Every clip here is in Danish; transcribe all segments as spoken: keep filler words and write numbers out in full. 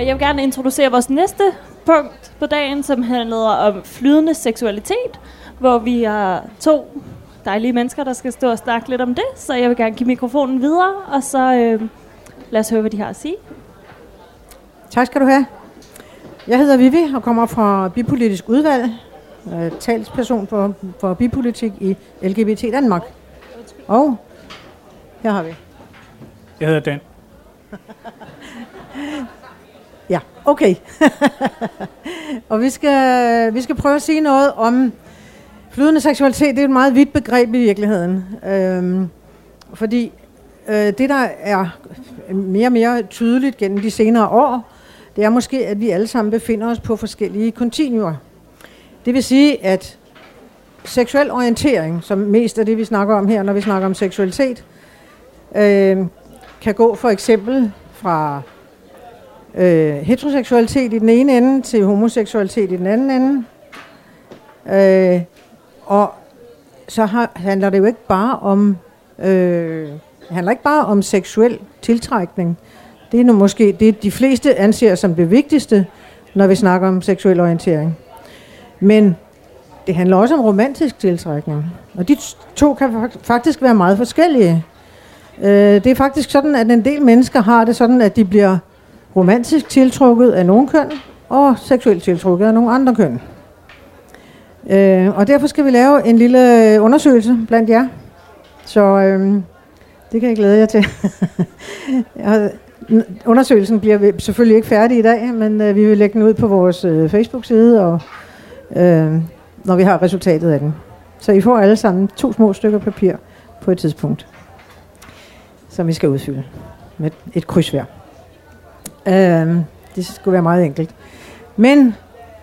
Og jeg vil gerne introducere vores næste punkt på dagen, som handler om flydende seksualitet, hvor vi har to dejlige mennesker, der skal stå og snakke lidt om det. Så jeg vil gerne give mikrofonen videre, og så øh, lad os høre, hvad de har at sige. Tak skal du have. Jeg hedder Vivi og kommer fra Bipolitisk Udvalg, øh, talsperson for, for bipolitik i L G B T Danmark. Og her har vi. Jeg hedder Dan. Ja, okay. Og vi skal, vi skal prøve at sige noget om flydende seksualitet. Det er et meget vidt begreb i virkeligheden. Øhm, fordi øh, det, der er mere og mere tydeligt gennem de senere år, det er måske, at vi alle sammen befinder os på forskellige kontinuer. Det vil sige, at seksuel orientering, som mest er det, vi snakker om her, når vi snakker om seksualitet, øh, kan gå for eksempel fra øh, heteroseksualitet i den ene ende til homoseksualitet i den anden ende. Øh, og så har, handler det jo ikke bare om øh, handler ikke bare om seksuel tiltrækning. Det er nu måske det, de fleste anser som det vigtigste, når vi snakker om seksuel orientering. Men det handler også om romantisk tiltrækning. Og de to kan faktisk være meget forskellige. Det er faktisk sådan, at en del mennesker har det sådan, at de bliver romantisk tiltrukket af nogle køn, og seksuelt tiltrukket af nogle andre køn. Og derfor skal vi lave en lille undersøgelse blandt jer. Så det kan jeg glæde jer til. Undersøgelsen bliver selvfølgelig ikke færdig i dag, men øh, vi vil lægge den ud på vores øh, Facebook-side, og, øh, når vi har resultatet af den. Så I får alle sammen to små stykker papir på et tidspunkt, som vi skal udfylde med et kryds hver. Øh, det skulle være meget enkelt. Men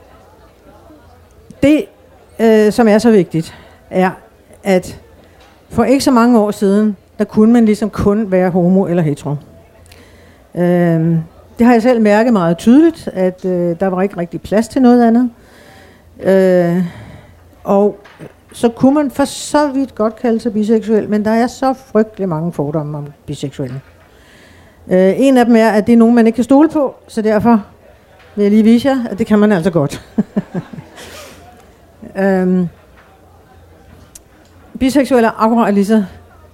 det, øh, som er så vigtigt, er, at for ikke så mange år siden, der kunne man ligesom kun være homo eller hetero. Øh, det har jeg selv mærket meget tydeligt, at øh, der var ikke rigtig plads til noget andet. Øh, og så kunne man for så vidt godt kalde sig biseksuel, men der er så frygtelig mange fordomme om biseksuelle. Øh, en af dem er, at det er nogen, man ikke kan stole på, så derfor vil jeg lige vise jer, at det kan man altså godt. øh, biseksuelle er akkurat lige så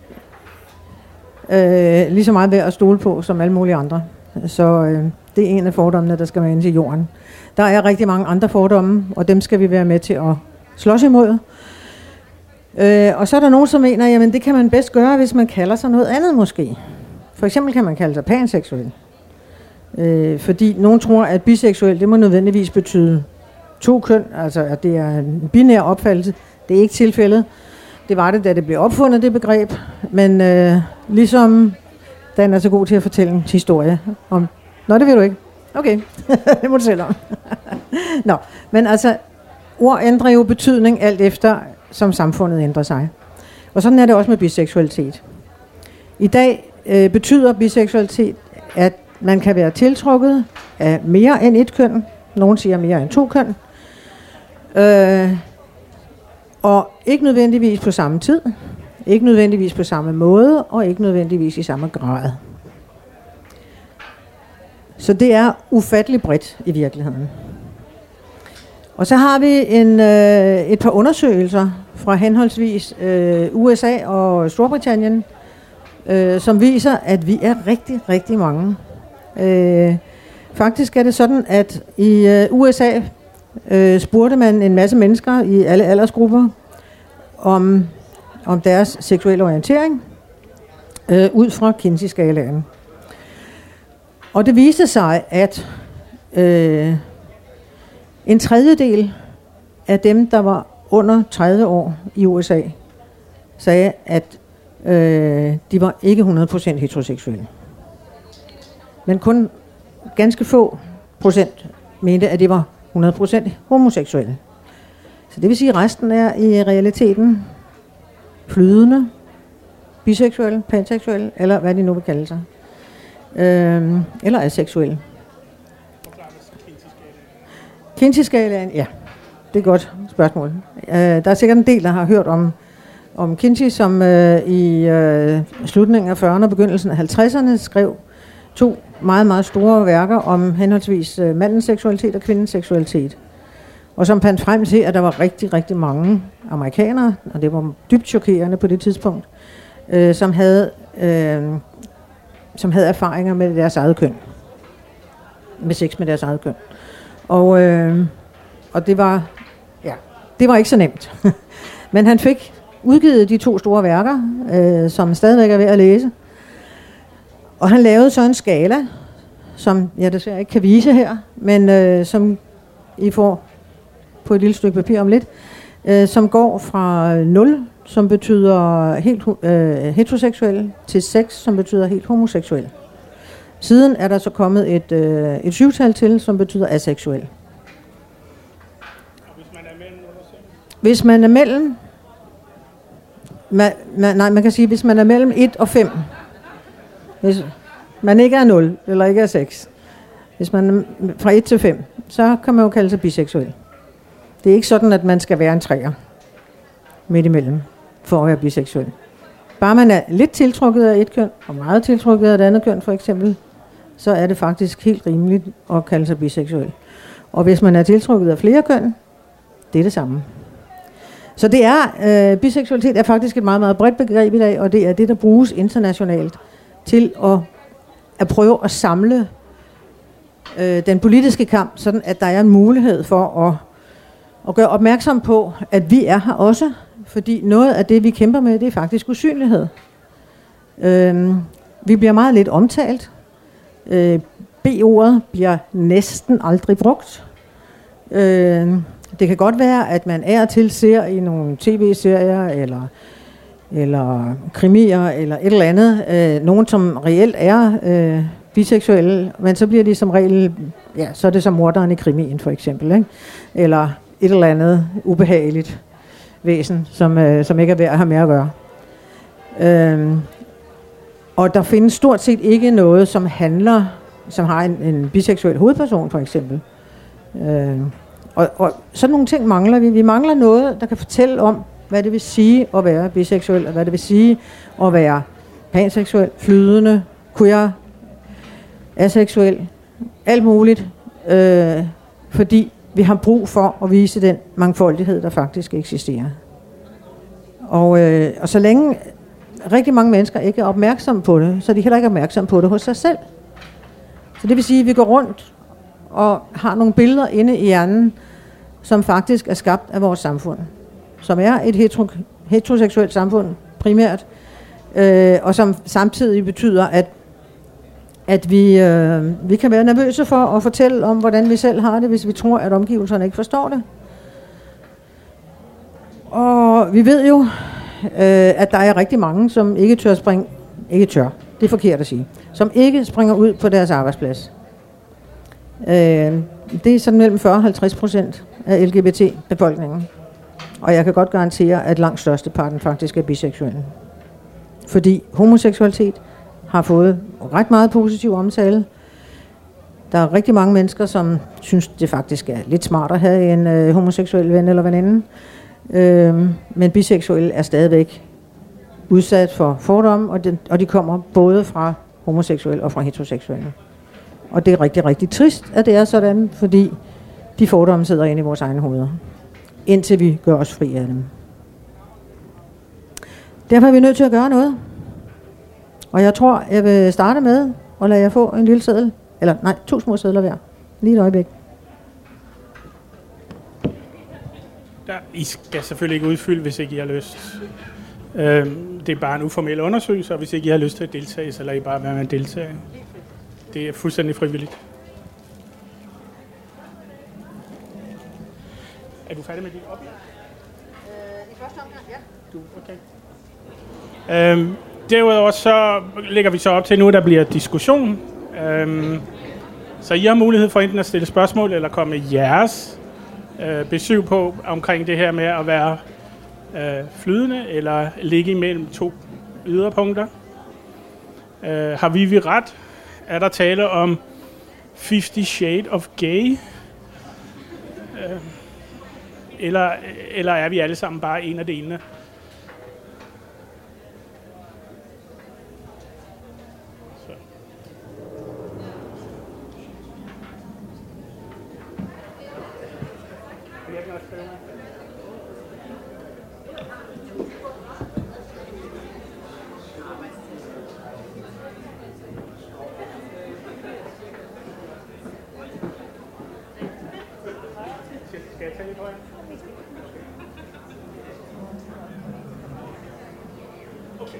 Øh, lige så meget værd at stole på som alle mulige andre. Så øh, det er en af fordommene, der skal være inde til jorden. Der er rigtig mange andre fordomme, og dem skal vi være med til at slås imod. Øh, og så er der nogen, som mener, jamen det kan man bedst gøre, hvis man kalder sig noget andet måske. For eksempel kan man kalde sig panseksuel. Øh, fordi nogen tror, at biseksuel, det må nødvendigvis betyde to køn, altså at det er en binær opfattelse. Det er ikke tilfældet. Det var det, da det blev opfundet, det begreb. Men øh, ligesom Dan er så god til at fortælle en historie om... Nå, det vil du ikke. Okay, det må du selv om. Nå, men altså, ord ændrer jo betydning alt efter, som samfundet ændrer sig. Og sådan er det også med biseksualitet. I dag øh, betyder biseksualitet, at man kan være tiltrukket af mere end et køn. Nogle siger mere end to køn. Øh... Og ikke nødvendigvis på samme tid, ikke nødvendigvis på samme måde, og ikke nødvendigvis i samme grad. Så det er ufattelig bredt i virkeligheden. Og så har vi en, øh, et par undersøgelser fra henholdsvis øh, U S A og Storbritannien, øh, som viser, at vi er rigtig, rigtig mange. Øh, faktisk er det sådan, at i øh, U S A øh, spurgte man en masse mennesker i alle aldersgrupper om, om deres seksuelle orientering øh, ud fra Kinsey-skalaen. Og det viste sig, at øh, en tredjedel af dem, der var under tredive år i U S A, sagde, at øh, de var ikke hundrede procent heteroseksuelle. Men kun ganske få procent mente, at det var hundrede procent homoseksuelle. Så det vil sige, at resten er i realiteten flydende, biseksuelle, panseksuelle, eller hvad de nu vil kalde sig. Øhm, eller aseksuelle. Kinsey-skalaen, ja, det er et godt spørgsmål. Øh, der er sikkert en del, der har hørt om, om Kinsey, som øh, i øh, slutningen af fyrrerne og begyndelsen af halvtredserne skrev to meget, meget store værker om henholdsvis øh, mandens seksualitet og kvindens seksualitet. Og som fandt frem til, at der var rigtig, rigtig mange amerikanere, og det var dybt chokerende på det tidspunkt, øh, som, havde, øh, som havde erfaringer med deres eget køn. Med sex med deres eget køn. Og, øh, og det var, ja, det var ikke så nemt. Men han fik udgivet de to store værker, øh, som stadigvæk er ved at læse. Og han lavede så en skala, som jeg desværre ikke kan vise her, men øh, som I får på et lille stykke papir om lidt, øh, som går fra nul, som betyder helt øh, heteroseksuel, til seks, som betyder helt homoseksuel. Siden er der så kommet et, øh, et syvtal til, som betyder aseksuel. Hvis man er mellem, hvis man er mellem, man, man, nej, man kan sige, hvis man er mellem et og fem, hvis man ikke er nul, eller ikke er seks, hvis man er fra et til fem, så kan man jo kalde sig biseksuel. Det er ikke sådan, at man skal være en treer midt imellem, for at være biseksuel. Bare man er lidt tiltrukket af et køn, og meget tiltrukket af et andet køn for eksempel, så er det faktisk helt rimeligt at kalde sig biseksuel. Og hvis man er tiltrukket af flere køn, det er det samme. Så det er, øh, biseksualitet er faktisk et meget, meget bredt begreb i dag, og det er det, der bruges internationalt til at, at prøve at samle øh, den politiske kamp, sådan at der er en mulighed for at, at gøre opmærksom på, at vi er her også, fordi noget af det, vi kæmper med, det er faktisk usynlighed. Øh, vi bliver meget lidt omtalt. Øh, B-ordet bliver næsten aldrig brugt. Øh, det kan godt være, at man er til ser i nogle tv-serier, eller, eller krimier, eller et eller andet. Øh, nogen, som reelt er øh, biseksuelle, men så bliver de som regel, ja, så er det som morderen i krimien for eksempel, ikke? Eller et eller andet ubehageligt væsen, som, øh, som ikke er værd at have med at gøre. Øh, og der findes stort set ikke noget, som handler, som har en, en biseksuel hovedperson for eksempel. Øh, og, og sådan nogle ting mangler vi. Vi mangler noget, der kan fortælle om, hvad det vil sige at være biseksuel, og hvad det vil sige at være panseksuel, flydende, queer, aseksuel, alt muligt, øh, fordi vi har brug for at vise den mangfoldighed, der faktisk eksisterer. Og, øh, og så længe rigtig mange mennesker ikke er opmærksomme på det, så er de heller ikke opmærksomme på det hos sig selv. Så det vil sige, at vi går rundt og har nogle billeder inde i hjernen, som faktisk er skabt af vores samfund. Som er et hetero- heteroseksuelt samfund primært, øh, og som samtidig betyder, at, at vi, øh, vi kan være nervøse for at fortælle om, hvordan vi selv har det, hvis vi tror, at omgivelserne ikke forstår det. Og vi ved jo, øh, at der er rigtig mange, som ikke tør springe, ikke tør, det er forkert at sige, som ikke springer ud på deres arbejdsplads. Øh, det er sådan mellem fyrre og halvtreds procent af L G B T-befolkningen. Og jeg kan godt garantere, at langt størsteparten faktisk er biseksuelle. Fordi homoseksualitet har fået ret meget positiv omtale. Der er rigtig mange mennesker, som synes, det faktisk er lidt smart at have en øh, homoseksuel ven eller veninde. Øh, men biseksuelle er stadigvæk udsat for fordomme, og, den, og de kommer både fra homoseksuelle og fra heteroseksuelle. Og det er rigtig, rigtig trist, at det er sådan, fordi de fordomme sidder inde i vores egne hoveder, indtil vi gør os fri af dem. Derfor er vi nødt til at gøre noget. Og jeg tror, jeg vil starte med at lade jer få en lille seddel, eller nej, to små sedler hver. Lige et øjeblik. Der, I skal selvfølgelig ikke udfylde, hvis ikke I har lyst. Øhm, det er bare en uformel undersøgelse, og hvis ikke I har lyst til at deltage, så lader I bare være med at deltage. Det er fuldstændig frivilligt. Er du færdig med dit oplæg? Øh, I første omgang, ja. Du, okay. Øhm, derudover så lægger vi så op til nu, der bliver diskussion. Øhm, så I har mulighed for enten at stille spørgsmål, eller komme med jeres øh, besøg på omkring det her med at være øh, flydende, eller ligge imellem to yderpunkter. Øh, har vi ret? Er der tale om fifty Shades of Gay? Øh, eller, eller er vi alle sammen bare en af delene? Så. Skal jeg tage lidt højere? Okay.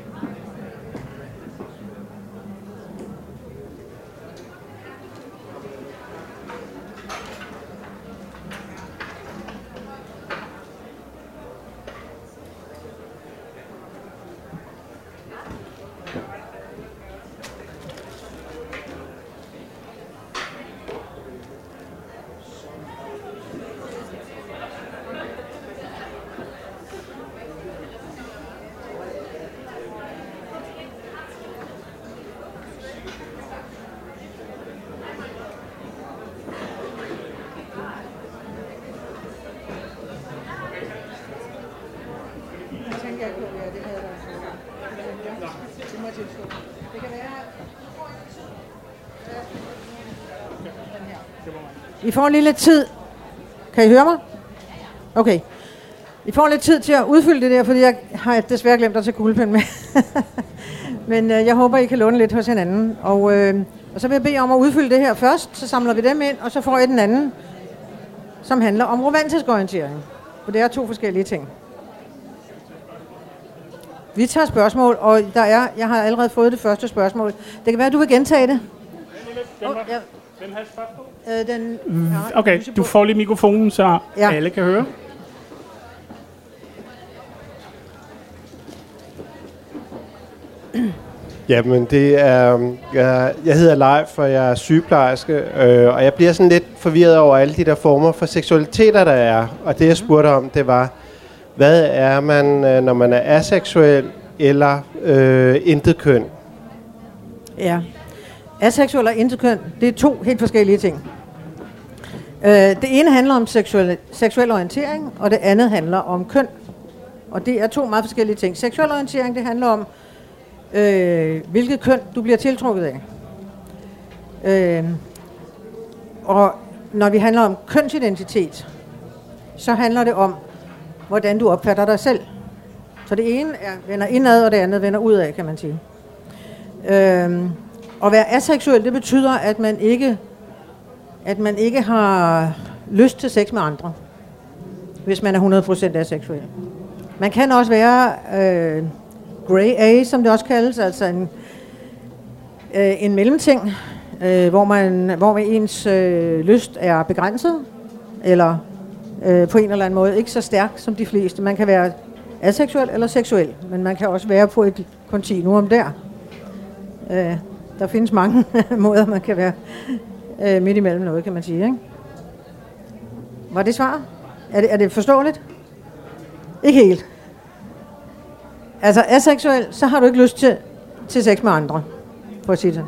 I får lige lidt tid. Kan I høre mig? Okay. I får lidt tid til at udfylde det der, fordi jeg har desværre glemt at tage kuglepen med. Men øh, jeg håber, I kan låne lidt hos hinanden. Og, øh, og så vil jeg bede om at udfylde det her først, så samler vi dem ind, og så får I den anden, som handler om romantisk orientering. For det er to forskellige ting. Vi tager spørgsmål, og der er, jeg har allerede fået det første spørgsmål. Det kan være, at du vil gentage det. Hvem Oh, ja. har et spørgsmål? Øh, den, ja, Okay, du får lige mikrofonen, så ja. alle kan høre. Jamen, det er, jeg, jeg hedder Leif, og jeg er sygeplejerske, øh, og jeg bliver sådan lidt forvirret over alle de der former for seksualiteter, der er. Og det, jeg spurgte om, det var, hvad er man, når man er aseksuel eller øh, intet køn? Ja. Aseksuel og interkøn, det er to helt forskellige ting. Øh, det ene handler om seksuel, seksuel orientering, og det andet handler om køn. Og det er to meget forskellige ting. Seksuel orientering, det handler om, øh, hvilket køn du bliver tiltrukket af. Øh, og når vi handler om kønsidentitet, så handler det om, hvordan du opfatter dig selv. Så det ene er, vender indad, og det andet vender udad, kan man sige. Øh, At være aseksuel, det betyder, at man ikke, at man ikke har lyst til sex med andre, hvis man er hundrede procent aseksuel. Man kan også være øh, grey A, som det også kaldes, altså en, øh, en mellemting, øh, hvor, man, hvor ens øh, lyst er begrænset, eller øh, på en eller anden måde ikke så stærk som de fleste. Man kan være aseksuel eller seksuel, men man kan også være på et kontinuum der. Øh, Der findes mange måder, man kan være øh, midt imellem noget, kan man sige. Ikke? Var det svar? Er det, er det forståeligt? Ikke helt. Altså, aseksuel, så har du ikke lyst til, til sex med andre, for at sige det.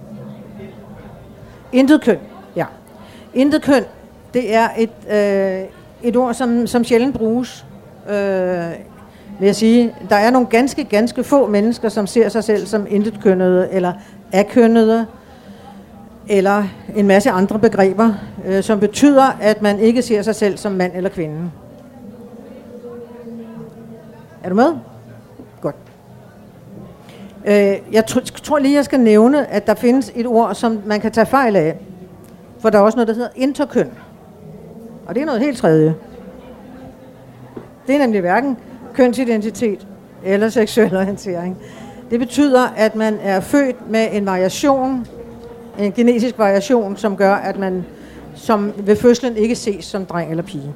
Intet køn, ja. Intet køn, det er et, øh, et ord, som, som sjældent bruges. Øh, vil jeg sige. Der er nogle ganske, ganske få mennesker, som ser sig selv som intetkønnede, eller akønnede, eller en masse andre begreber, øh, som betyder, at man ikke ser sig selv som mand eller kvinde. Er du med? Godt. Øh, jeg tr- tror lige, jeg skal nævne, at der findes et ord, som man kan tage fejl af. For der er også noget, der hedder interkøn. Og det er noget helt tredje. Det er nemlig hverken kønsidentitet eller seksuel orientering. Det betyder, at man er født med en variation, en genetisk variation, som gør, at man som ved fødslen ikke ses som dreng eller pige.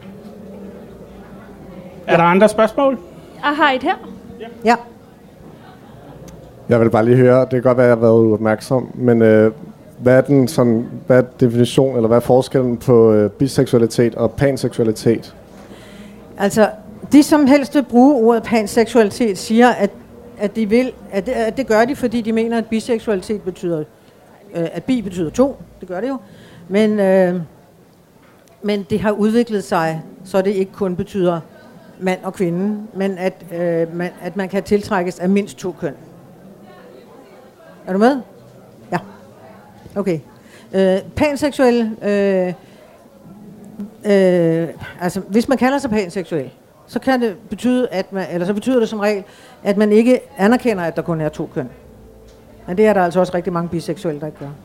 Er der andre spørgsmål? Jeg har et her. Ja. Jeg vil bare lige høre, det kan godt være, at jeg har været opmærksom, men øh, hvad er den sådan, hvad er definition, eller hvad er forskellen på øh, biseksualitet og panseksualitet? Altså, de som helst vil bruge ordet panseksualitet, siger, at, at, de vil, at, det, at det gør de, fordi de mener, at biseksualitet betyder, øh, at bi betyder to. Det gør det jo. Men, øh, men det har udviklet sig, så det ikke kun betyder mand og kvinde, men at, øh, man, at man kan tiltrækkes af mindst to køn. Er du med? Ja. Okay. Øh, panseksuel, øh, øh, altså hvis man kalder sig panseksuel, så kan det betyde, at man, eller så betyder det som regel, at man ikke anerkender, at der kun er to køn. Men det er der altså også rigtig mange biseksuelle, der ikke gør.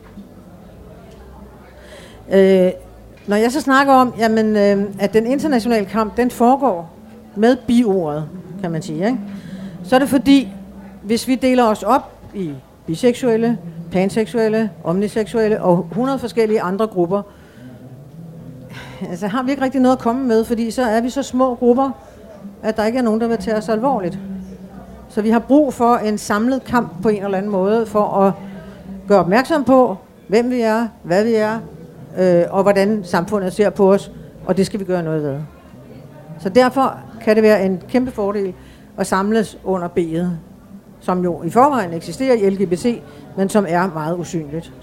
Øh, når jeg så snakker om, jamen, øh, at den internationale kamp, den foregår med bi-ordet, kan man sige, ikke? Så er det fordi, hvis vi deler os op i biseksuelle, panseksuelle, omniseksuelle og hundrede forskellige andre grupper, altså har vi ikke rigtig noget at komme med, fordi så er vi så små grupper, at der ikke er nogen, der vil tage os alvorligt. Så vi har brug for en samlet kamp på en eller anden måde, for at gøre opmærksom på, hvem vi er, hvad vi er, øh, og hvordan samfundet ser på os, og det skal vi gøre noget ved. Så derfor kan det være en kæmpe fordel at samles under B'et, som jo i forvejen eksisterer i L G B T, men som er meget usynligt.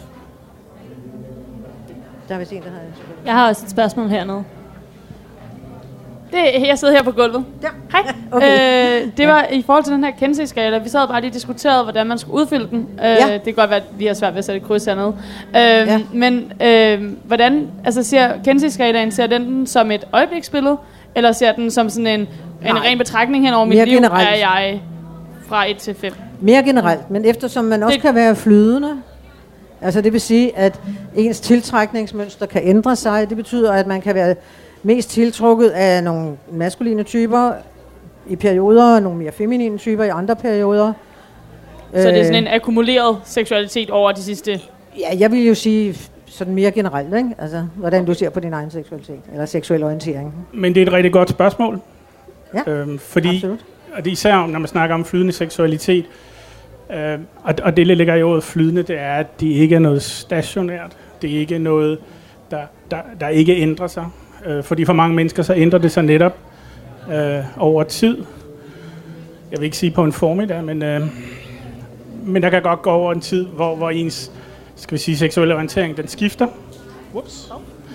Der er vist en, der har et spørgsmål. Jeg har også et spørgsmål hernede. Det, jeg sidder her på gulvet. Ja. Hej. Okay. Øh, det var i forhold til den her Kinsey-skala. Vi sad bare lige og diskuterede, hvordan man skulle udfylde den. Øh, Ja. Det kan godt være, at vi har svært ved at sætte et kryds hernede. Øh, Ja. Men øh, hvordan altså, ser Kinsey-skalaen, ser den som et øjebliksbillede, eller ser den som sådan en, en ren betragtning hen over mit Mere liv, generelt. er jeg fra et til fem? Mere generelt, men eftersom man også Det- kan være flydende, altså det vil sige, at ens tiltrækningsmønster kan ændre sig. Det betyder, at man kan være mest tiltrukket af nogle maskuline typer i perioder, og nogle mere feminine typer i andre perioder. Så det er sådan en akkumuleret seksualitet over de sidste... Ja, jeg vil jo sige sådan mere generelt, ikke? Altså, hvordan du ser på din egen seksualitet, eller seksuel orientering. Men det er et rigtig godt spørgsmål. Ja, Øhm, fordi, absolut. og det er især når man snakker om flydende seksualitet, øh, og, og det ligger i ordet flydende, det er, at det ikke er noget stationært. Det er ikke noget, der, der, der ikke ændrer sig. Øh, fordi for mange mennesker, så ændrer det sig netop øh, over tid. Jeg vil ikke sige på en formiddag, men, øh, men der kan godt gå over en tid, hvor, hvor ens skal vi sige, seksuelle orientering, den skifter. Whoops.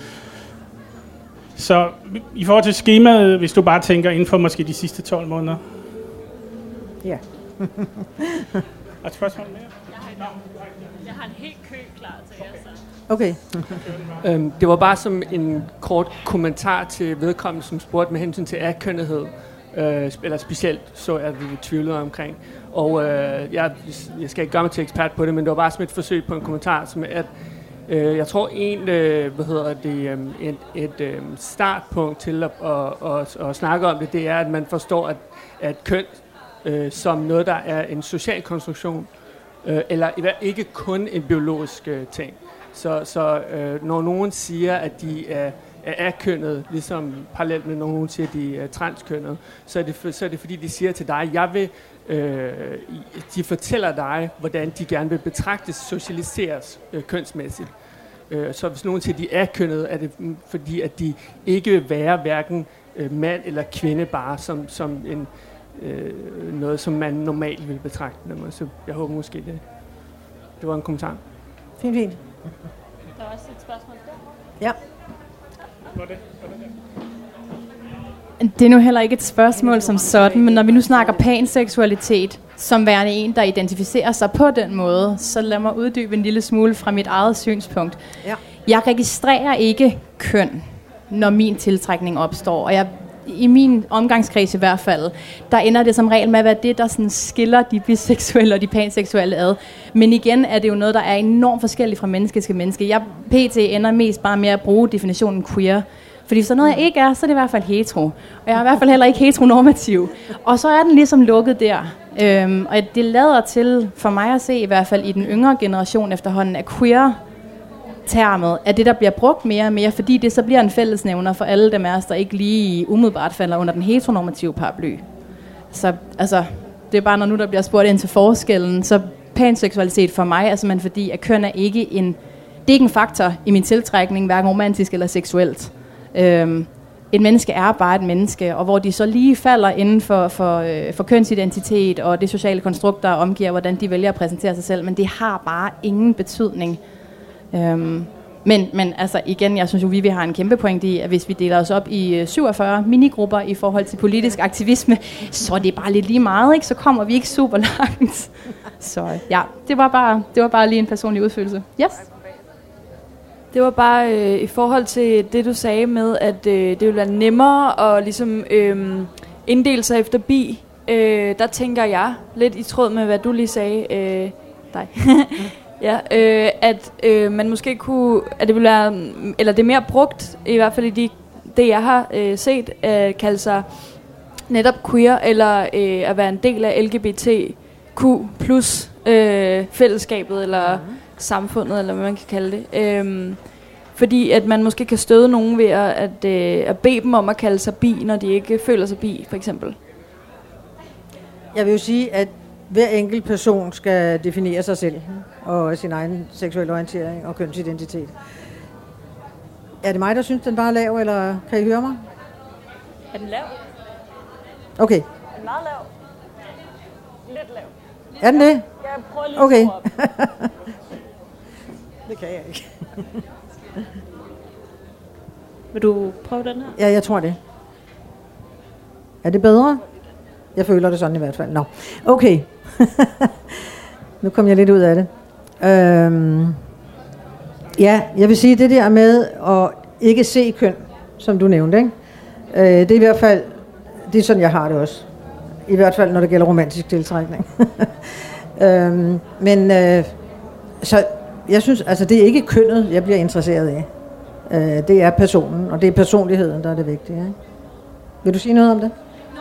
Så i forhold til skemaet, hvis du bare tænker inden for måske de sidste tolv måneder. Ja. Er et spørgsmål mere? Jeg har en helt kø klar til jer, så. Okay. Øhm, det var bare som en kort kommentar til vedkommende, som spurgte med hensyn til akønnethed. Øh, eller specielt så jeg, at vi tvivlede omkring. Og øh, jeg, jeg skal ikke gøre mig til ekspert på det, men det var bare som et forsøg på en kommentar, som at øh, jeg tror en, øh, hvad hedder det, øh, et, et øh, startpunkt til at, at, at, at, at snakke om det, det er, at man forstår, at, at køn øh, som noget, der er en social konstruktion, øh, eller ikke kun en biologisk øh, ting. Så, så øh, når nogen siger, at de er, er akønnet, ligesom parallelt med når nogen siger, at de er transkønnet, så er det, for, så er det fordi, de siger til dig, jeg vil, øh, de fortæller dig, hvordan de gerne vil betragtes, socialiseres øh, kønsmæssigt. Øh, så hvis nogen siger, at de er akønnet, er det fordi, at de ikke vil være hverken øh, mand eller kvinde bare som, som en, øh, noget, som man normalt vil betragte dem. Så jeg håber måske, det, det var en kommentar. Fint, fint. Der er også et spørgsmål der. Ja. Det er nu heller ikke et spørgsmål som sådan, men når vi nu snakker panseksualitet, som værende en, der identificerer sig på den måde, så lad mig uddybe en lille smule fra mit eget synspunkt. Ja. Jeg registrerer ikke køn, når min tiltrækning opstår, og jeg, i min omgangskreds i hvert fald, der ender det som regel med at være det, der sådan skiller de biseksuelle og de panseksuelle ad. Men igen er det jo noget, der er enormt forskelligt fra menneske til menneske. Jeg pt. Ender mest bare med at bruge definitionen queer. Fordi hvis der er noget, jeg ikke er, så er det i hvert fald hetero. Og jeg er i hvert fald heller ikke heteronormativ. Og så er den ligesom lukket der. Øhm, og det lader til, for mig at se i hvert fald i den yngre generation efterhånden, at queer-termet er det, der bliver brugt mere og mere, fordi det så bliver en fællesnævner for alle dem af os, der ikke lige umiddelbart falder under den heteronormative paraply. Så altså, det er bare, når nu der bliver spurgt ind til forskellen, så panseksualitet for mig er simpelthen fordi, at køn er ikke en, det er ikke en faktor i min tiltrækning, hverken romantisk eller seksuelt. Øhm, et menneske er bare et menneske, og hvor de så lige falder inden for, for, øh, for kønsidentitet og det sociale konstrukt, der omgiver, hvordan de vælger at præsentere sig selv, men det har bare ingen betydning. Øhm, men, men altså igen, jeg synes jo, vi har en kæmpe point i, at hvis vi deler os op i øh, syvogfyrre minigrupper i forhold til politisk aktivisme, så er det bare lidt lige meget, ikke? Så kommer vi ikke super langt. Så ja, det var bare, det var bare lige en personlig udfølelse. Yes. Det var bare øh, i forhold til det, du sagde med, at øh, det ville være nemmere at ligesom, øh, inddele sig efter bi, øh, der tænker jeg, lidt i tråd med, hvad du lige sagde, øh, dig, ja, øh, at øh, man måske kunne, at det ville være, eller det er mere brugt, i hvert fald i de, det jeg har øh, set, at kalde sig netop queer, eller øh, at være en del af L G B T Q plus øh, fællesskabet, eller mm. samfundet, eller hvad man kan kalde det. Øh, fordi at man måske kan støde nogen ved at, at, øh, at bede dem om at kalde sig bi, når de ikke føler sig bi, for eksempel. Jeg vil jo sige, at hver enkelt person skal definere sig selv, og sin egen seksuelle orientering og kønsidentitet. Er det mig, der synes, den bare er lav, eller kan I høre mig? Er den lav? Okay. Er den meget lav? Lidt lav. Er den det? Jeg prøver lige okay. at Det kan jeg ikke. Vil du prøve den her? Ja, jeg tror det. Er det bedre? Jeg føler det sådan i hvert fald. Nå, okay. Nu kom jeg lidt ud af det. Øhm, ja, jeg vil sige det der med at ikke se køn, som du nævnte, ikke? Øh, det er i hvert fald, det er sådan, jeg har det også. I hvert fald, når det gælder romantisk tiltrækning. øhm, men øh, så jeg synes, altså det er ikke kønnet, jeg bliver interesseret i. Øh, det er personen, og det er personligheden, der er det vigtige. Ikke? Vil du sige noget om det?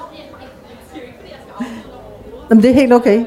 Jamen, det er helt okay.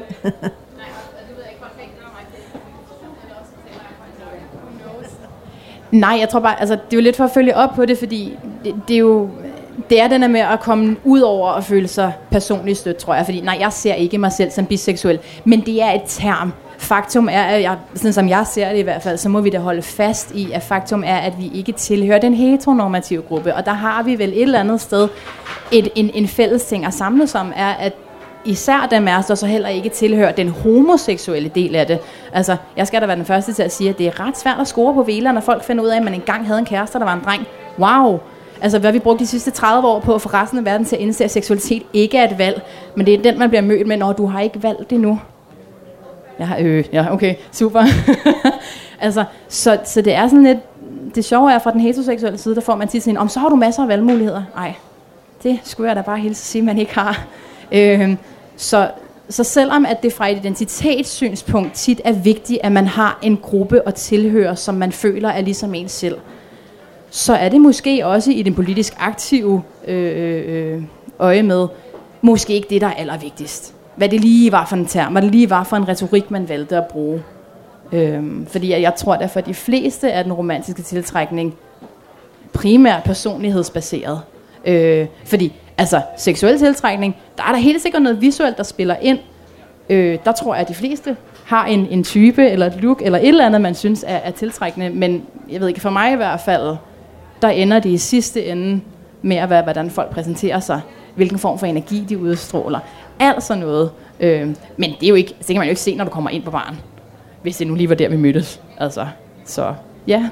Nej, jeg tror bare, altså det er jo lidt for at følge op på det, fordi det, det er jo, det er den der med at komme ud over og føle sig personligt stødt, tror jeg, fordi nej, jeg ser ikke mig selv som biseksuel, men det er et term. Faktum er, at jeg, sådan som jeg ser det i hvert fald, så må vi da holde fast i, at faktum er, at vi ikke tilhører den heteronormative gruppe, og der har vi vel et eller andet sted et, en, en fælles ting at samles om, er, at især dem er, der så heller ikke tilhører den homoseksuelle del af det. Altså, jeg skal da være den første til at sige, at det er ret svært at score på væler, når folk finder ud af, at man engang havde en kæreste, der var en dreng. Wow! Altså, hvad vi brugte de sidste tredive år på at få resten af verden til at indse, at seksualitet ikke er et valg, men det er den, man bliver mødt med, når du har ikke valgt det nu. Jeg har, øh, ja, okay, super. altså, så, så det er sådan lidt, det sjove er, fra den heteroseksuelle side, der får man tit sådan en, om så har du masser af valgmuligheder. Nej, det skulle jeg da bare hilse at sige, man ikke har. Øh, så, så selvom at det fra et identitetssynspunkt tit er vigtigt, at man har en gruppe at tilhøre, som man føler er ligesom en selv, så er det måske også i den politisk aktive øh, øh, øje med, måske ikke det, der er allervigtigst. Hvad det lige var for en term, hvad det lige var for en retorik, man valgte at bruge. Øhm, fordi jeg, jeg tror, at for de fleste er den romantiske tiltrækning primært personlighedsbaseret. Øh, fordi, altså, seksuel tiltrækning, der er der helt sikkert noget visuelt, der spiller ind. Øh, der tror jeg, at de fleste har en, en type, eller et look, eller et eller andet, man synes er, er tiltrækkende. Men jeg ved ikke, for mig i hvert fald, der ender det i sidste ende med at være, hvordan folk præsenterer sig. Hvilken form for energi de udstråler. Alt sådan noget. Øh, men det er jo ikke, det kan man jo ikke se, når du kommer ind på baren. Hvis det nu lige var der, vi mødtes. Altså, så ja.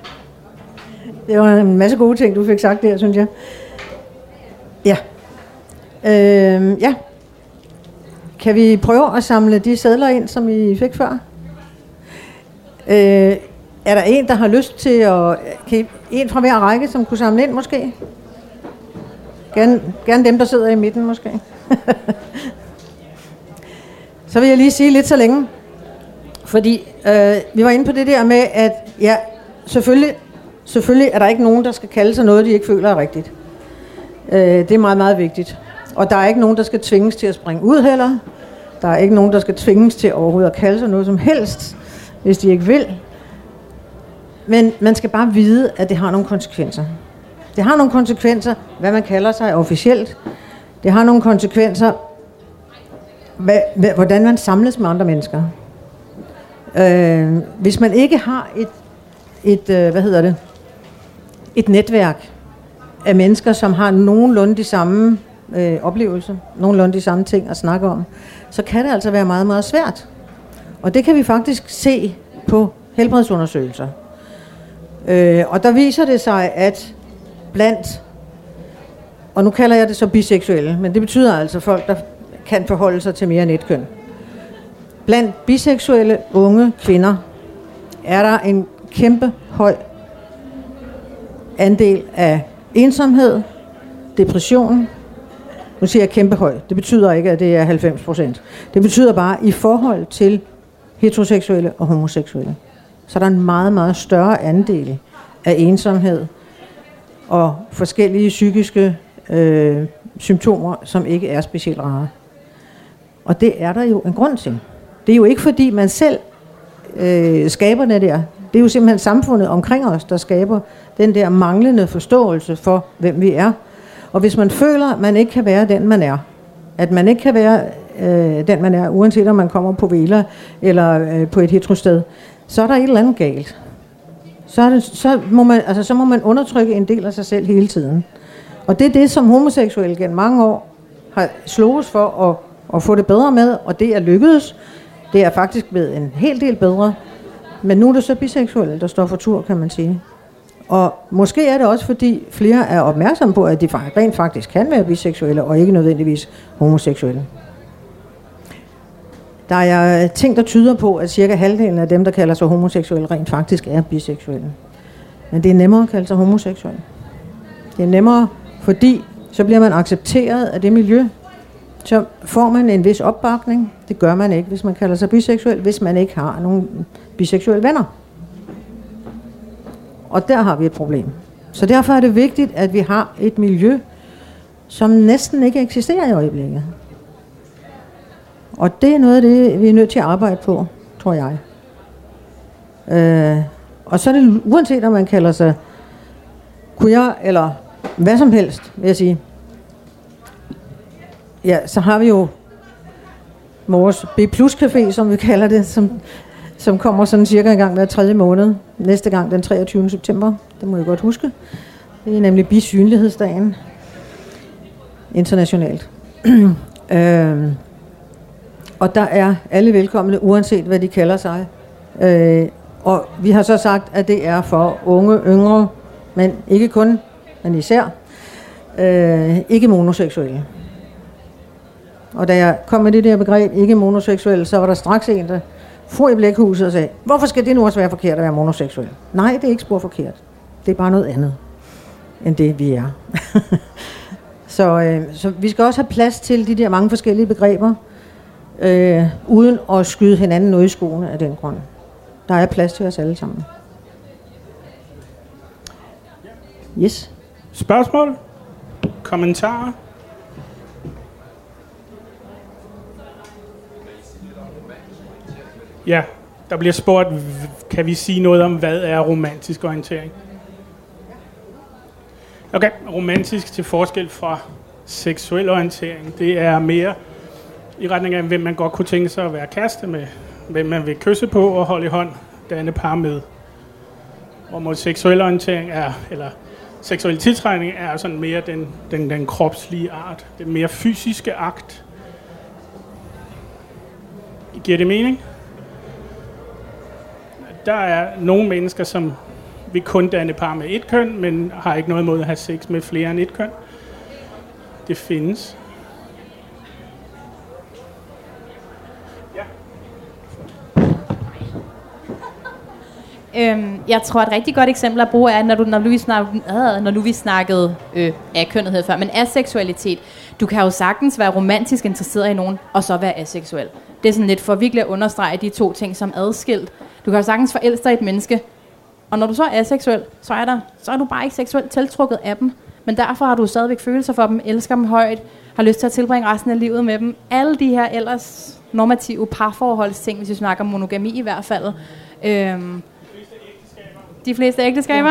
Det var en masse gode ting, du fik sagt der, synes jeg. Ja. Øh, ja. Kan vi prøve at samle de sedler ind, som I fik før? Øh, er der en, der har lyst til at... Kan I, en fra hver række, som kunne samle ind, måske? Gerne, gerne dem, der sidder i midten, måske. Så vil jeg lige sige lidt så længe. Fordi øh, vi var inde på det der med, at ja, selvfølgelig, selvfølgelig er der ikke nogen, der skal kalde sig noget, de ikke føler er rigtigt. Øh, det er meget, meget vigtigt. Og der er ikke nogen, der skal tvinges til at springe ud heller. Der er ikke nogen, der skal tvinges til overhovedet at kalde sig noget som helst, hvis de ikke vil. Men man skal bare vide, at det har nogle konsekvenser. Det har nogle konsekvenser, hvad man kalder sig officielt. Det har nogle konsekvenser, hvad, hvad, hvordan man samles med andre mennesker. Øh, hvis man ikke har et, et øh, hvad hedder det, et netværk af mennesker, som har nogenlunde de samme øh, oplevelser, nogenlunde de samme ting at snakke om, så kan det altså være meget, meget svært. Og det kan vi faktisk se på helbredsundersøgelser. Øh, og der viser det sig, at blandt, og nu kalder jeg det så biseksuelle, men det betyder altså folk, der kan forholde sig til mere end et køn. Blandt biseksuelle unge kvinder er der en kæmpe høj andel af ensomhed, depression, Nu siger jeg kæmpe høj. Det betyder ikke, at det er halvfems procent. Det betyder bare, i forhold til heteroseksuelle og homoseksuelle, så er der en meget, meget større andel af ensomhed og forskellige psykiske øh, symptomer, som ikke er specielt rare. Og det er der jo en grund til. Det er jo ikke fordi, man selv øh, skaber det der. Det er jo simpelthen samfundet omkring os, der skaber den der manglende forståelse for, hvem vi er. Og hvis man føler, at man ikke kan være den, man er, at man ikke kan være øh, den, man er, uanset om man kommer på Vela eller øh, på et heterosted, så er der et eller andet galt. Så, er det, så, må man, altså, så må man undertrykke en del af sig selv hele tiden. Og det er det, som homoseksuelle gennem mange år har slået for at, at få det bedre med, og det er lykkedes. Det er faktisk blevet en hel del bedre. Men nu er det så biseksuelle, der står for tur, kan man sige. Og måske er det også, fordi flere er opmærksomme på, at de rent faktisk kan være biseksuelle, og ikke nødvendigvis homoseksuelle. Der er ting, der tyder på, at cirka halvdelen af dem, der kalder sig homoseksuelle, rent faktisk er biseksuelle. Men det er nemmere at kalde sig homoseksuel. Det er nemmere, fordi så bliver man accepteret af det miljø. Så får man en vis opbakning. Det gør man ikke, hvis man kalder sig biseksuel, hvis man ikke har nogen biseksuelle venner. Og der har vi et problem. Så derfor er det vigtigt, at vi har et miljø, som næsten ikke eksisterer i øjeblikket. Og det er noget af det, vi er nødt til at arbejde på, tror jeg. Øh, og så er det uanset, om man kalder sig queer eller hvad som helst, vil jeg sige. Ja, så har vi jo vores B plus café, som vi kalder det, som, som kommer sådan cirka en gang hver tredje måned. Næste gang den treogtyvende september, det må jeg godt huske. Det er nemlig bisynlighedsdagen internationalt. øh, og der er alle velkomne, uanset hvad de kalder sig. Øh, og vi har så sagt, at det er for unge, yngre, men ikke kun, men især øh, ikke monoseksuelle. Og da jeg kom med det der begreb, ikke monoseksuel, så var der straks en, der for i blækhuset og sagde, hvorfor skal det nu også være forkert at være monoseksuel? Nej, det er ikke spor forkert. Det er bare noget andet, end det vi er. så, øh, så vi skal også have plads til de der mange forskellige begreber, øh, uden at skyde hinanden noget i skoene af den grund. Der er plads til os alle sammen. Yes. Spørgsmål? Kommentarer? Ja, der bliver spurgt, kan vi sige noget om, hvad er romantisk orientering? Okay, romantisk til forskel fra seksuel orientering, det er mere i retning af, hvem man godt kunne tænke sig at være kæreste med, hvem man vil kysse på og holde i hånd, danne par med. Hvor seksuel orientering er, eller seksuel tiltrækning er sådan mere den, den, den kropslige art, den mere fysiske akt. Giver det mening? Der er nogle mennesker, som vil kun danne par med et køn, men har ikke noget imod at have sex med flere end et køn. Det findes. Ja. Øhm, jeg tror, et rigtig godt eksempel at bruge er, når, du, når, du, vi, snakkede, øh, når du vi snakkede øh, af kønnethed før, men aseksualitet. Du kan jo sagtens være romantisk interesseret i nogen, og så være aseksuel. Det er sådan lidt for virkelig at understrege de to ting som adskilt. Du kan jo sagtens forelske dig i et menneske, og når du så er aseksuel, så er, der, så er du bare ikke seksuelt tiltrukket af dem. Men derfor har du stadigvæk følelser for dem, elsker dem højt, har lyst til at tilbringe resten af livet med dem. Alle de her ellers normative parforholdsting, hvis vi snakker monogami i hvert fald. Øhm, de fleste ægteskaber.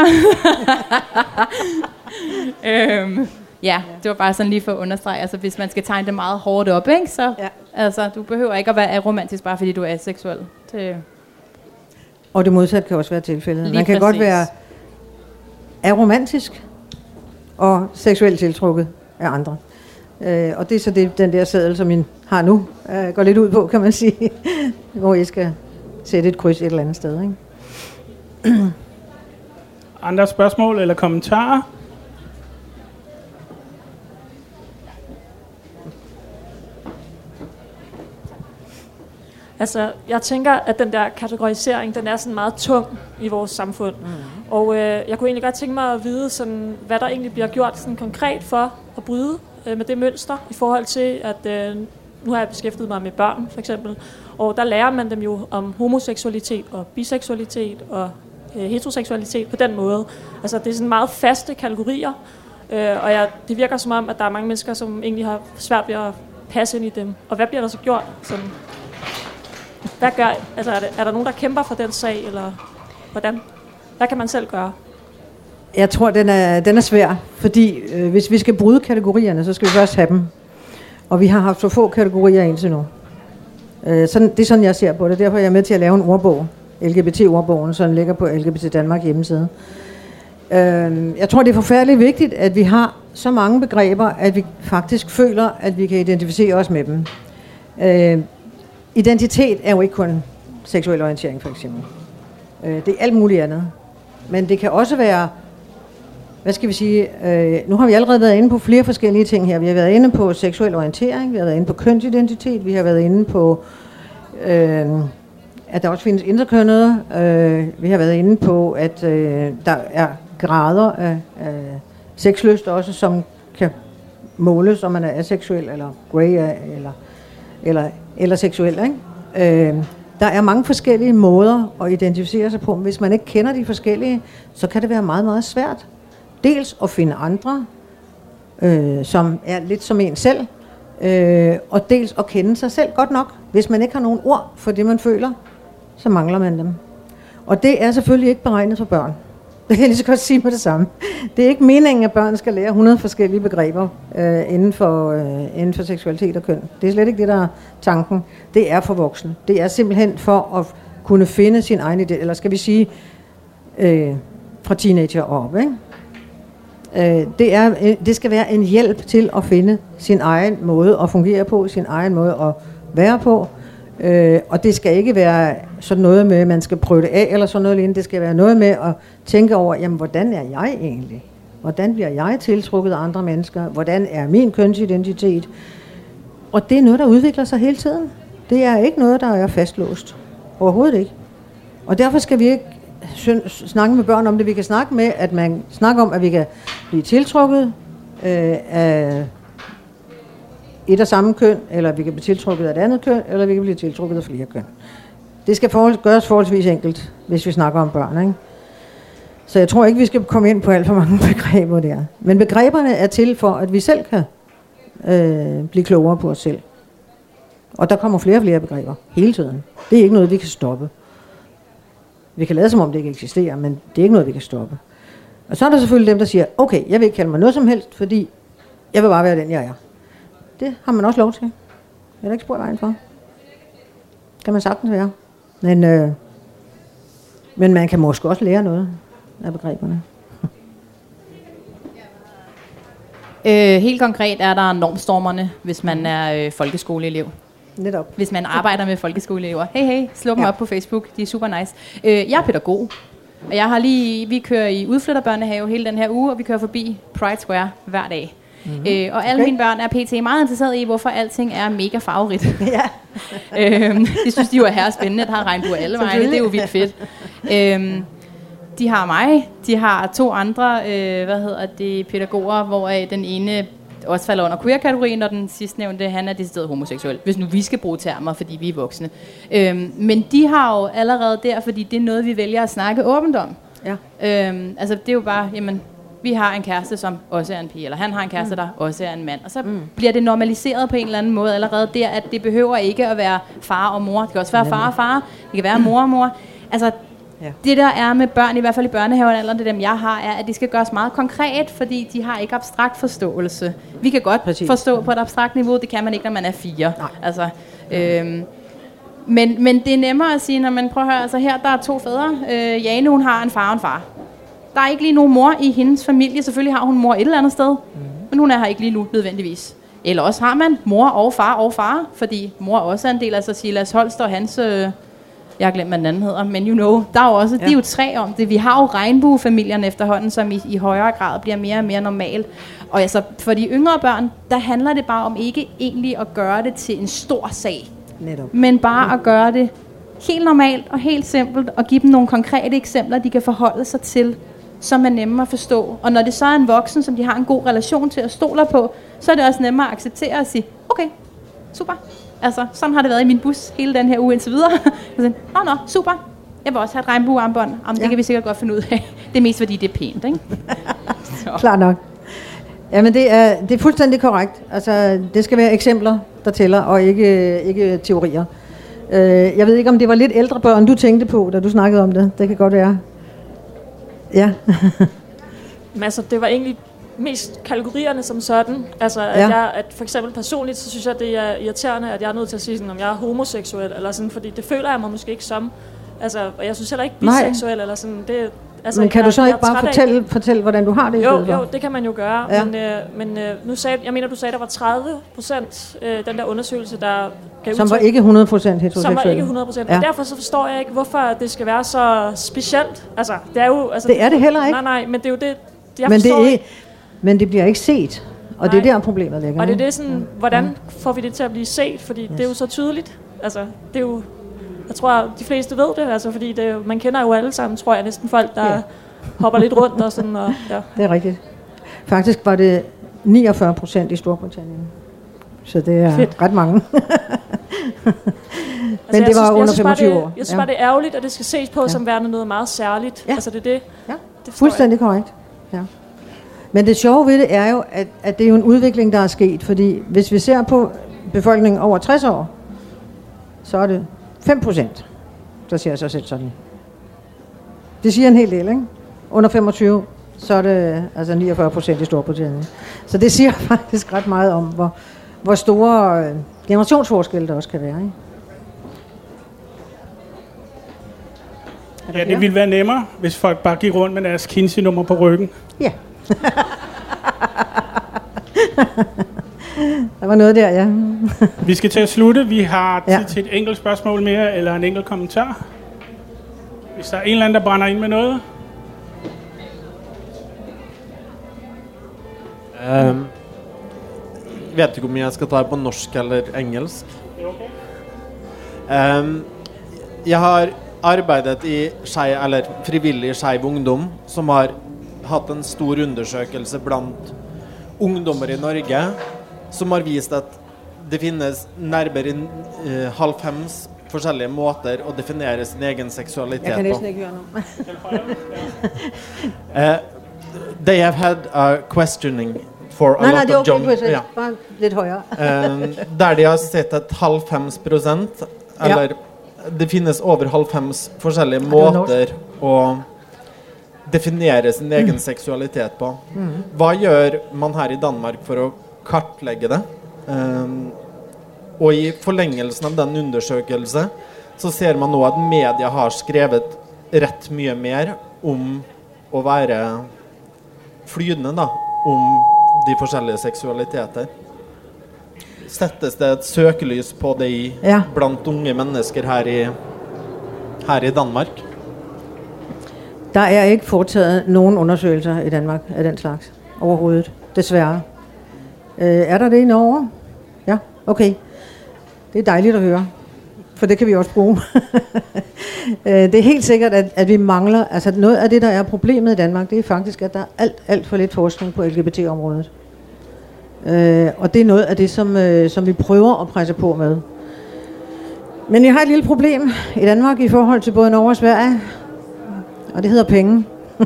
øhm, ja, det var bare sådan lige for at understrege. Altså, hvis man skal tegne det meget hårdt op, ikke, så ja. Altså, du behøver ikke at være romantisk, bare fordi du er aseksuel. Det Og det modsatte kan også være tilfældet. Lige man kan præcis. godt være aromantisk og seksuelt tiltrukket af andre. Øh, og det er så det, den der seddel, som I har nu, øh, går lidt ud på, kan man sige. Hvor I skal sætte et kryds et eller andet sted. Ikke? Andre spørgsmål eller kommentarer? Altså, jeg tænker, at den der kategorisering, den er sådan meget tung i vores samfund. Mm. Og øh, jeg kunne egentlig godt tænke mig at vide, sådan, hvad der egentlig bliver gjort sådan konkret for at bryde øh, med det mønster i forhold til, at øh, nu har jeg beskæftiget mig med børn, for eksempel, og der lærer man dem jo om homoseksualitet og biseksualitet og øh, heteroseksualitet på den måde. Altså, det er sådan meget faste kategorier, øh, og jeg, det virker som om, at der er mange mennesker, som egentlig har svært ved at passe ind i dem. Og hvad bliver der så gjort? Sådan, hvad gør, altså, er, det, er der nogen, der kæmper for den sag, eller hvordan? Hvad kan man selv gøre? Jeg tror, den er, den er svær, fordi øh, hvis vi skal bryde kategorierne, så skal vi først have dem. Og vi har haft så få kategorier indtil nu. Øh, sådan, det er sådan, jeg ser på det. Derfor er jeg med til at lave en ordbog, L G B T-ordbogen, som ligger på L G B T Danmark hjemmeside. Øh, jeg tror, det er forfærdeligt vigtigt, at vi har så mange begreber, at vi faktisk føler, at vi kan identificere os med dem. Øh, identitet er jo ikke kun seksuel orientering, for eksempel. Øh, det er alt muligt andet. Men det kan også være, hvad skal vi sige, øh, nu har vi allerede været inde på flere forskellige ting her. Vi har været inde på seksuel orientering, vi har været inde på kønsidentitet, vi har været inde på, øh, at der også findes interkønnede. Øh, vi har været inde på, at øh, der er grader af, af sexlyst også, som kan måles, om man er aseksuel eller grey eller, eller, eller seksuel, ikke? Øh, Der er mange forskellige måder at identificere sig på. Hvis man ikke kender de forskellige, så kan det være meget, meget svært. Dels at finde andre, øh, som er lidt som en selv, øh, og dels at kende sig selv godt nok. Hvis man ikke har nogen ord for det, man føler, så mangler man dem. Og det er selvfølgelig ikke beregnet for børn. Det kan jeg lige så godt sige med det samme. Det er ikke meningen, at børn skal lære hundrede forskellige begreber øh, inden, for, øh, inden for seksualitet og køn. Det er slet ikke det, der er tanken. Det er for voksne. Det er simpelthen for at kunne finde sin egen idé, eller skal vi sige, øh, fra teenager op. Ikke? Øh, det, er, det skal være en hjælp til at finde sin egen måde at fungere på, sin egen måde at være på. Øh, og det skal ikke være sådan noget med, at man skal prøve det af, eller sådan noget lignende. Det skal være noget med at tænke over, jamen, hvordan er jeg egentlig? Hvordan bliver jeg tiltrukket af andre mennesker? Hvordan er min kønsidentitet? Og det er noget, der udvikler sig hele tiden. Det er ikke noget, der er fastlåst. Overhovedet ikke. Og derfor skal vi ikke snakke med børn om det. Vi kan snakke med, at man snakker om, at vi kan blive tiltrukket øh, af et og samme køn, eller vi kan blive tiltrukket af et andet køn, eller vi kan blive tiltrukket af flere køn. Det skal forhold, gøres forholdsvis enkelt, hvis vi snakker om børn, ikke? Så jeg tror ikke, vi skal komme ind på alt for mange begreber der. Men begreberne er til for, at vi selv kan øh, blive klogere på os selv. Og der kommer flere og flere begreber hele tiden. Det er ikke noget, vi kan stoppe. Vi kan lade som om det ikke eksisterer, men det er ikke noget, vi kan stoppe. Og så er der selvfølgelig dem, der siger, okay, jeg vil ikke kalde mig noget som helst, fordi jeg vil bare være den, jeg er. Det har man også lov til. Det er der ikke spor i vejen for. Kan man sagtens være. Men, øh, men man kan måske også lære noget af begreberne. øh, helt konkret er der normstormerne, hvis man er øh, folkeskoleelev. Netop. Hvis man arbejder med folkeskoleelever. Hey, hey, slå dem ja. op på Facebook. De er super nice. Øh, jeg er pædagog. Og jeg har lige, vi kører i udflytterbørnehave hele den her uge, og vi kører forbi Pride Square hver dag. Mm-hmm. Øh, og alle okay. mine børn er pt. Meget interesseret i, hvorfor alting er mega farverigt. Ja. øhm, det synes de jo er her spændende. Der har regnbuer alle vegne. Det er jo vildt fedt. øhm, de har mig. De har to andre øh, hvad hedder det, pædagoger, hvor øh, den ene også falder under queer-kategorien, og den sidstnævnte, han er decideret homoseksuel. Hvis nu vi skal bruge termer, fordi vi er voksne. Øhm, men de har jo allerede der, fordi det er noget, vi vælger at snakke åbent om. Ja. Øhm, altså det er jo bare, jamen, vi har en kæreste, som også er en pige, eller han har en kæreste, mm. der også er en mand. Og så mm. bliver det normaliseret på en eller anden måde allerede der, at det behøver ikke at være far og mor. Det kan også være far og far. Det kan være mor og mor. Altså, ja. Det der er med børn, i hvert fald i børnehaven, eller det dem jeg har, er, at det skal gøres meget konkret, fordi de har ikke abstrakt forståelse. Vi kan godt Præcis. forstå på et abstrakt niveau, det kan man ikke, når man er fire. Nej. Altså, øhm, men, men det er nemmere at sige, når man prøver at høre, altså her, der er to fædre. Øh, Jane, hun har en far og en far. Der er ikke lige nogen mor i hendes familie. Selvfølgelig har hun mor et eller andet sted, mm. men hun er her ikke lige nu nødvendigvis. Eller også har man mor og far og far, fordi mor også er en del af sig. Silas Holst og hans... Øh, jeg har glemt, hvad den anden hedder, men you know, der er jo også, ja. de er jo tre om det. Vi har jo regnbuefamilierne efterhånden, som i, i højere grad bliver mere og mere normalt. Og altså, for de yngre børn, der handler det bare om ikke egentlig at gøre det til en stor sag. Netop. Men bare at gøre det helt normalt og helt simpelt, og give dem nogle konkrete eksempler, de kan forholde sig til, som er nemmere at forstå. Og når det så er en voksen, som de har en god relation til og stoler på, så er det også nemmere at acceptere og sige, okay, super. Altså, sådan har det været i min bus hele den her uge indtil videre. Nå, nå, super. Jeg vil også have et regnbuearmbånd. Jamen, ja. Det kan vi sikkert godt finde ud af. Det er mest, fordi det er pænt, ikke? Klar nok. Jamen, det er, det er fuldstændig korrekt. Altså, det skal være eksempler, der tæller, og ikke, ikke teorier. Uh, jeg ved ikke, om det var lidt ældre børn, du tænkte på, da du snakkede om det. Det kan godt være. Ja. Men altså, det var egentlig mest kategorierne som sådan. Altså, at, ja. jeg, at for eksempel personligt, så synes jeg, det er irriterende, at jeg er nødt til at sige, sådan, om jeg er homoseksuel, eller sådan, fordi det føler jeg mig måske ikke som. Altså, og jeg synes heller ikke biseksuel, eller sådan. Det, altså, men kan jeg, du så ikke bare af- fortælle, fortælle, hvordan du har det? Jo, jo, det kan man jo gøre. Ja. Men, øh, men øh, nu sagde, jeg mener, du sagde, der var tredive procent øh, den der undersøgelse, der gav Som var udtryk- ikke hundrede procent heteroseksuelle. Som var ikke hundrede procent. Ja. Og derfor så forstår jeg ikke, hvorfor det skal være så specielt. Altså, det er jo... Altså, det er det heller ikke. Nej, nej, men det er jo det, jeg men forstår det er, ikke. Men det bliver ikke set. Og nej. Det er der problemet ligger. Og det er det sådan, ja. hvordan ja. får vi det til at blive set? Fordi yes. det er jo så tydeligt. Altså, det er jo... Jeg tror, de fleste ved det, altså, fordi det, man kender jo alle sammen, tror jeg, næsten folk, der ja. hopper lidt rundt og sådan. Og, ja. Det er rigtigt. Faktisk var det niogfyrre procent i Storbritannien. Så det er Fedt. ret mange. Men altså, det var synes, under femogtyve år. Jeg synes bare, det er ærgerligt, at det skal ses på ja. som værende noget meget særligt. Ja. Altså, det er det. Ja. det fuldstændig korrekt. Ja. Men det sjove ved det er jo, at, at det er jo en udvikling, der er sket. Fordi hvis vi ser på befolkningen over tres år, så er det fem procent, der siger så set sådan. Det siger en hel del, ikke? Under femogtyve, så er det altså niogfyrre procent i Storbritannien. Så det siger faktisk ret meget om, hvor, hvor store øh, generationsforskelle der også kan være, ikke? Ja, det ville være nemmere, hvis folk bare gik rundt med deres Kinsey-nummer på ryggen. Ja. Der var noget der, ja. Vi skal til at slutte. Vi har tid ja. til et enkelt spørgsmål mere, eller en enkelt kommentar. Hvis der er en eller anden, der brænder ind med noget. Um, vet ikke om jeg skal ta på norsk eller engelsk. Det er okay. Um, jeg har arbeidet i skei, eller frivillig skeiv ungdom, som har hatt en stor undersøkelse blant ungdommer i Norge, som har vist at det finnes nærmere uh, halvfems forskjellige måter å definere sin egen seksualitet på. Jeg kan næsten ikke høre noget. uh, they have had a questioning for a nej, lot nej, det er of okay, young... Chris, Ja. bare lidt højere. um, der de har sett at halvfems prosent, eller... Ja. Det finnes over halvfems forskjellige måter å definere sin egen mm. seksualitet på. Mm. Hva gjør man her i Danmark for å kartlegge det? Um, og i forlengelsen av den undersøkelse så ser man nå at media har skrevet rett mye mer om å være flytende da, om de forskjellige seksualiteter. Settes det et søkelys på det i, ja. blant unge mennesker her i, her i Danmark? Der er ikke foretaget nogen undersøgelser i Danmark af den slags overhovedet, desværre. Øh, er der det i Norge? Ja, okay. Det er dejligt at høre, for det kan vi også bruge. Det er helt sikkert, at, at vi mangler, altså noget af det, der er problemet i Danmark, det er faktisk, at der er alt, alt for lidt forskning på L G B T-området. Øh, og det er noget af det, som, øh, som vi prøver at presse på med. Men jeg har et lille problem i Danmark i forhold til både Norge og Sverige, og det hedder penge.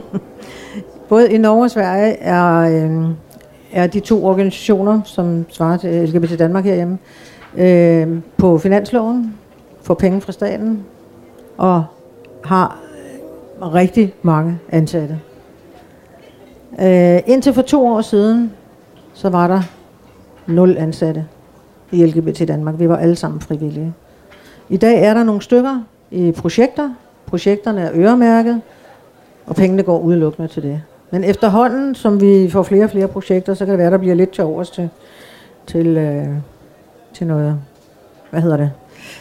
Både i Norge og Sverige er, øh, er de to organisationer, som svarer til L G B T Danmark herhjemme, øh, på finansloven, får penge fra staten, og har rigtig mange ansatte. Øh, indtil for to år siden, så var der nul ansatte i L G B T Danmark. Vi var alle sammen frivillige. I dag er der nogle stykker i projekter. Projekterne er øremærket, og pengene går udelukkende til det. Men efterhånden, som vi får flere og flere projekter, så kan det være, der bliver lidt til overs til, til, øh, til noget, hvad hedder det,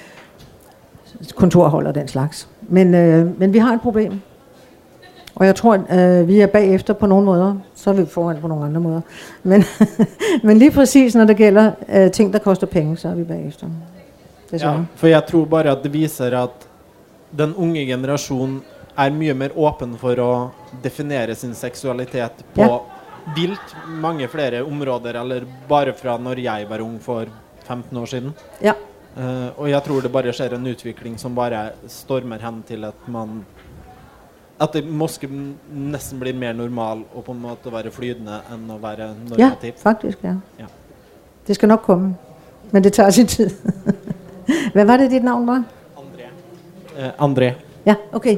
kontorhold og den slags. Men, øh, men vi har et problem. Og jeg tror, at øh, vi er bagefter på nogle måder, så er vi foran på nogle andre måder. Men, men lige præcis, når det gælder øh, ting, der koster penge, så er vi bagefter. Ja, for jeg tror bare, at det viser, at den unge generation er mye mer åpen for å definere sin seksualitet på ja. vilt mange flere områder, eller bare fra når jeg var ung for femten år siden. Ja. Uh, og jeg tror det bare skjer en utvikling som bare stormer hen til at man at det måske nesten blir mer normal og på en måte være flytende enn å være normativ. Ja, faktisk, ja. ja. Det skal nok komme, men det tager sin tid. Hvad var det, dit navn var? André. Uh, André. Ja, okay.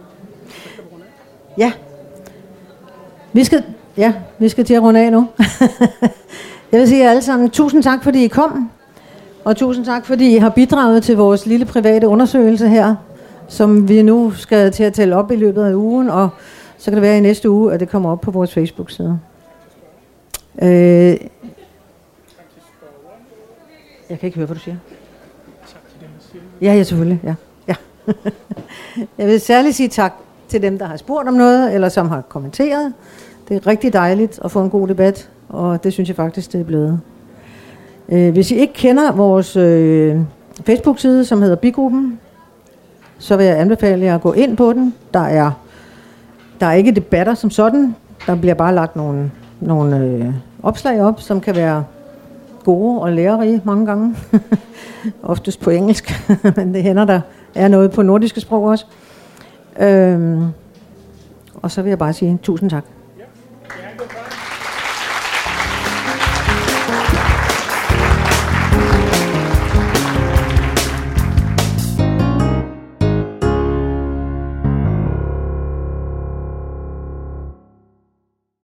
Ja. Vi skal, ja, vi skal til at runde af nu. Jeg vil sige jer alle sammen, tusind tak, fordi I kom. Og tusind tak, fordi I har bidraget til vores lille private undersøgelse her, som vi nu skal til at tælle op i løbet af ugen, og så kan det være i næste uge, at det kommer op på vores Facebook-side. Øh, jeg kan ikke høre, hvad du siger. Ja, ja, selvfølgelig. Ja. Ja. Jeg vil særligt sige tak til dem, der har spurgt om noget, eller som har kommenteret. Det er rigtig dejligt at få en god debat, og det synes jeg faktisk, det er blevet. Øh, hvis I ikke kender vores øh, Facebook-side, som hedder Bigruppen, så vil jeg anbefale jer at gå ind på den. Der er, der er ikke debatter som sådan. Der bliver bare lagt nogle, nogle øh, opslag op, som kan være gode og lærerige mange gange. Oftest på engelsk, men det hænder, der er noget på nordiske sprog også. Øhm, og så vil jeg bare sige tusind tak.